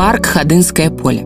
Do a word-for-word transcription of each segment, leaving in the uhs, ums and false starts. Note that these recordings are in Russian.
Парк Ходынское поле.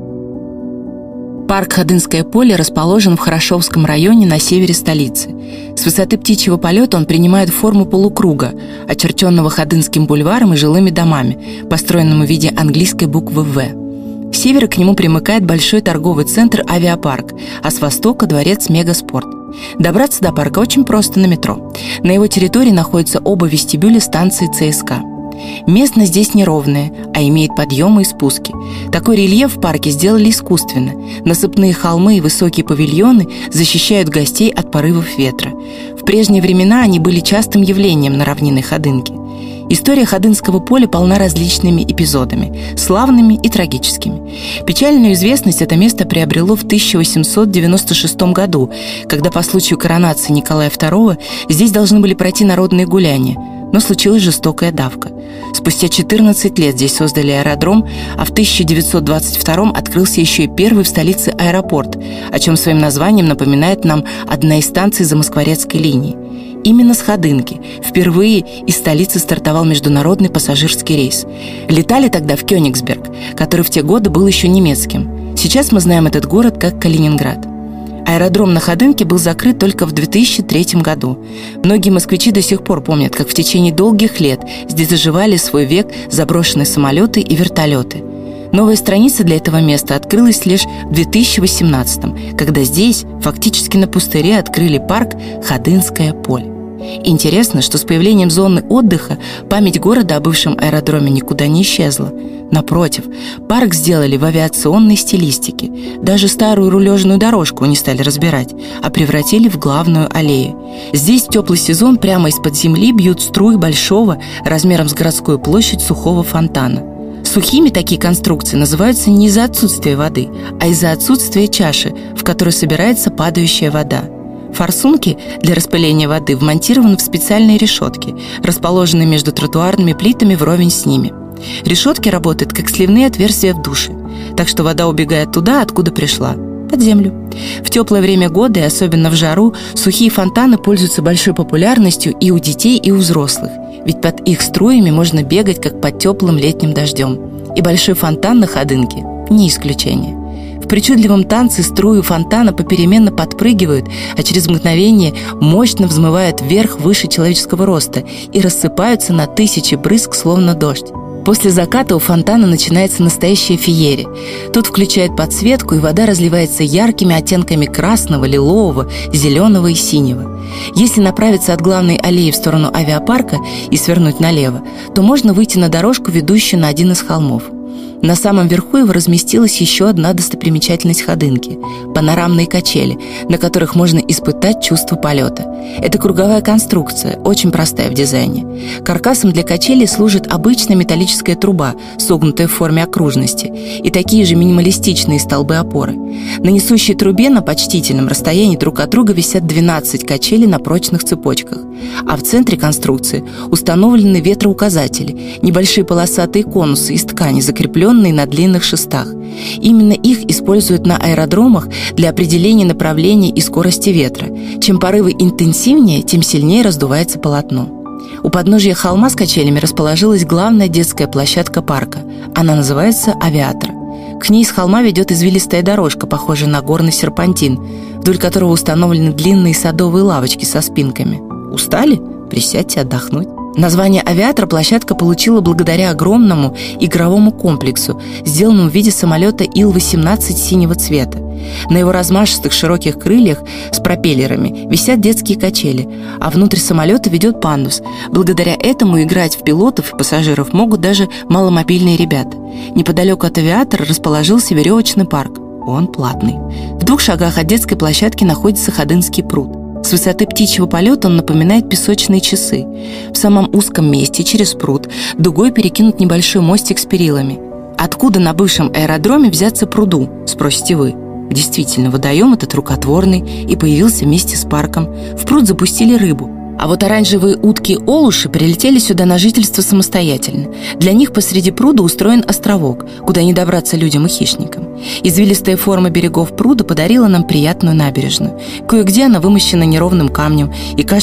Парк Ходынское поле расположен в Хорошевском районе на севере столицы. С высоты птичьего полета он принимает форму полукруга, очерченного Ходынским бульваром и жилыми домами, построенным в виде английской буквы «В». С севера к нему примыкает большой торговый центр «Авиапарк», а с востока – дворец «Мегаспорт». Добраться до парка очень просто на метро. На его территории находятся оба вестибюля станции ЦСКА. Местность здесь неровная, а имеет подъемы и спуски. Такой рельеф в парке сделали искусственно. Насыпные холмы и высокие павильоны защищают гостей от порывов ветра. В прежние времена они были частым явлением на равнинной Ходынке. История Ходынского поля полна различными эпизодами, славными и трагическими. Печальную известность это место приобрело в тысяча восемьсот девяносто шестом году, когда по случаю коронации Николая второго здесь должны были пройти народные гуляния, но случилась жестокая давка. Спустя четырнадцать лет здесь создали аэродром, а в тысяча девятьсот двадцать втором открылся еще и первый в столице аэропорт, о чем своим названием напоминает нам одна из станций Замоскворецкой линии. Именно с Ходынки впервые из столицы стартовал международный пассажирский рейс. Летали тогда в Кёнигсберг, который в те годы был еще немецким. Сейчас мы знаем этот город как Калининград. Аэродром на Ходынке был закрыт только в две тысячи третьем году. Многие москвичи до сих пор помнят, как в течение долгих лет здесь заживали свой век заброшенные самолеты и вертолеты. Новая страница для этого места открылась лишь в две тысячи восемнадцатом, когда здесь, фактически на пустыре, открыли парк Ходынское поле. Интересно, что с появлением зоны отдыха память города о бывшем аэродроме никуда не исчезла. Напротив, парк сделали в авиационной стилистике. Даже старую рулежную дорожку не стали разбирать, а превратили в главную аллею. Здесь в теплый сезон прямо из-под земли бьют струи большого, размером с городскую площадь, сухого фонтана. Сухими такие конструкции называются не из-за отсутствия воды, а из-за отсутствия чаши, в которой собирается падающая вода. Форсунки для распыления воды вмонтированы в специальные решетки, расположенные между тротуарными плитами вровень с ними. Решетки работают как сливные отверстия в душе, так что вода убегает туда, откуда пришла, под землю. В теплое время года, и особенно в жару, сухие фонтаны пользуются большой популярностью и у детей, и у взрослых, ведь под их струями можно бегать, как под теплым летним дождем. И большой фонтан на Ходынке – не исключение. В причудливом танце струи фонтана попеременно подпрыгивают, а через мгновение мощно взмывают вверх выше человеческого роста и рассыпаются на тысячи брызг, словно дождь. После заката у фонтана начинается настоящая феерия. Тут включают подсветку, и вода разливается яркими оттенками красного, лилового, зеленого и синего. Если направиться от главной аллеи в сторону авиапарка и свернуть налево, то можно выйти на дорожку, ведущую на один из холмов. На самом верху его разместилась еще одна достопримечательность Ходынки – панорамные качели, на которых можно испытать чувство полета. Это круговая конструкция, очень простая в дизайне. Каркасом для качелей служит обычная металлическая труба, согнутая в форме окружности, и такие же минималистичные столбы опоры. На несущей трубе на почтительном расстоянии друг от друга висят двенадцать качелей на прочных цепочках, а в центре конструкции установлены ветроуказатели – небольшие полосатые конусы из ткани, закрепленные на длинных шестах. Именно их используют на аэродромах для определения направления и скорости ветра. Чем порывы интенсивнее, тем сильнее раздувается полотно. У подножия холма с качелями расположилась главная детская площадка парка. Она называется «Авиатор». К ней с холма ведет извилистая дорожка, похожая на горный серпантин, вдоль которого установлены длинные садовые лавочки со спинками. Устали? Присядьте отдохнуть. Название «Авиатор» площадка получила благодаря огромному игровому комплексу, сделанному в виде самолета Ил восемнадцать синего цвета. На его размашистых широких крыльях с пропеллерами висят детские качели, а внутрь самолета ведет пандус. Благодаря этому играть в пилотов и пассажиров могут даже маломобильные ребята. Неподалеку от «Авиатора» расположился веревочный парк. Он платный. В двух шагах от детской площадки находится Ходынский пруд. С высоты птичьего полета он напоминает песочные часы. В самом узком месте, через пруд, дугой перекинут небольшой мостик с перилами. Откуда на бывшем аэродроме взяться пруду, спросите вы? Действительно, водоем этот рукотворный и появился вместе с парком. В пруд запустили рыбу. А вот оранжевые утки-олуши прилетели сюда на жительство самостоятельно. Для них посреди пруда устроен островок, куда не добраться людям и хищникам. Извилистая форма берегов пруда подарила нам приятную набережную. Кое-где она вымощена неровным камнем и кажется, будто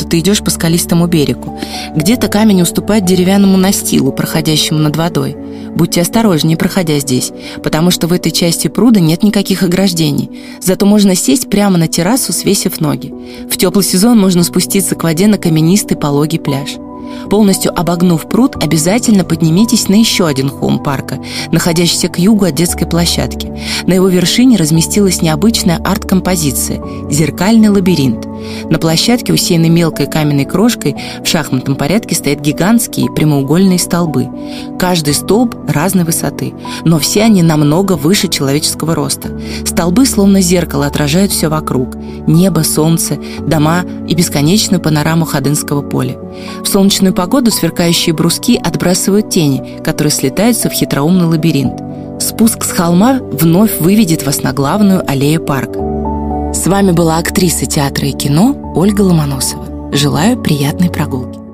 ты идешь по скалистому берегу. Где-то камень уступает деревянному настилу, проходящему над водой. Будьте осторожнее, проходя здесь, потому что в этой части пруда нет никаких ограждений. Зато можно сесть прямо на террасу, свесив ноги. В теплый сезон можно спуститься к воде на каменистый пологий пляж. Полностью обогнув пруд, обязательно поднимитесь на еще один холм парка, находящийся к югу от детской площадки. На его вершине разместилась необычная арт-композиция – зеркальный лабиринт. На площадке, усеянной мелкой каменной крошкой, в шахматном порядке стоят гигантские прямоугольные столбы. Каждый столб разной высоты, но все они намного выше человеческого роста. Столбы, словно зеркало, отражают все вокруг – небо, солнце, дома и бесконечную панораму Ходынского поля. В солнечную погоду сверкающие бруски отбрасывают тени, которые слетаются в хитроумный лабиринт. Спуск с холма вновь выведет вас на главную аллею парка. С вами была актриса театра и кино Ольга Ломоносова. Желаю приятной прогулки.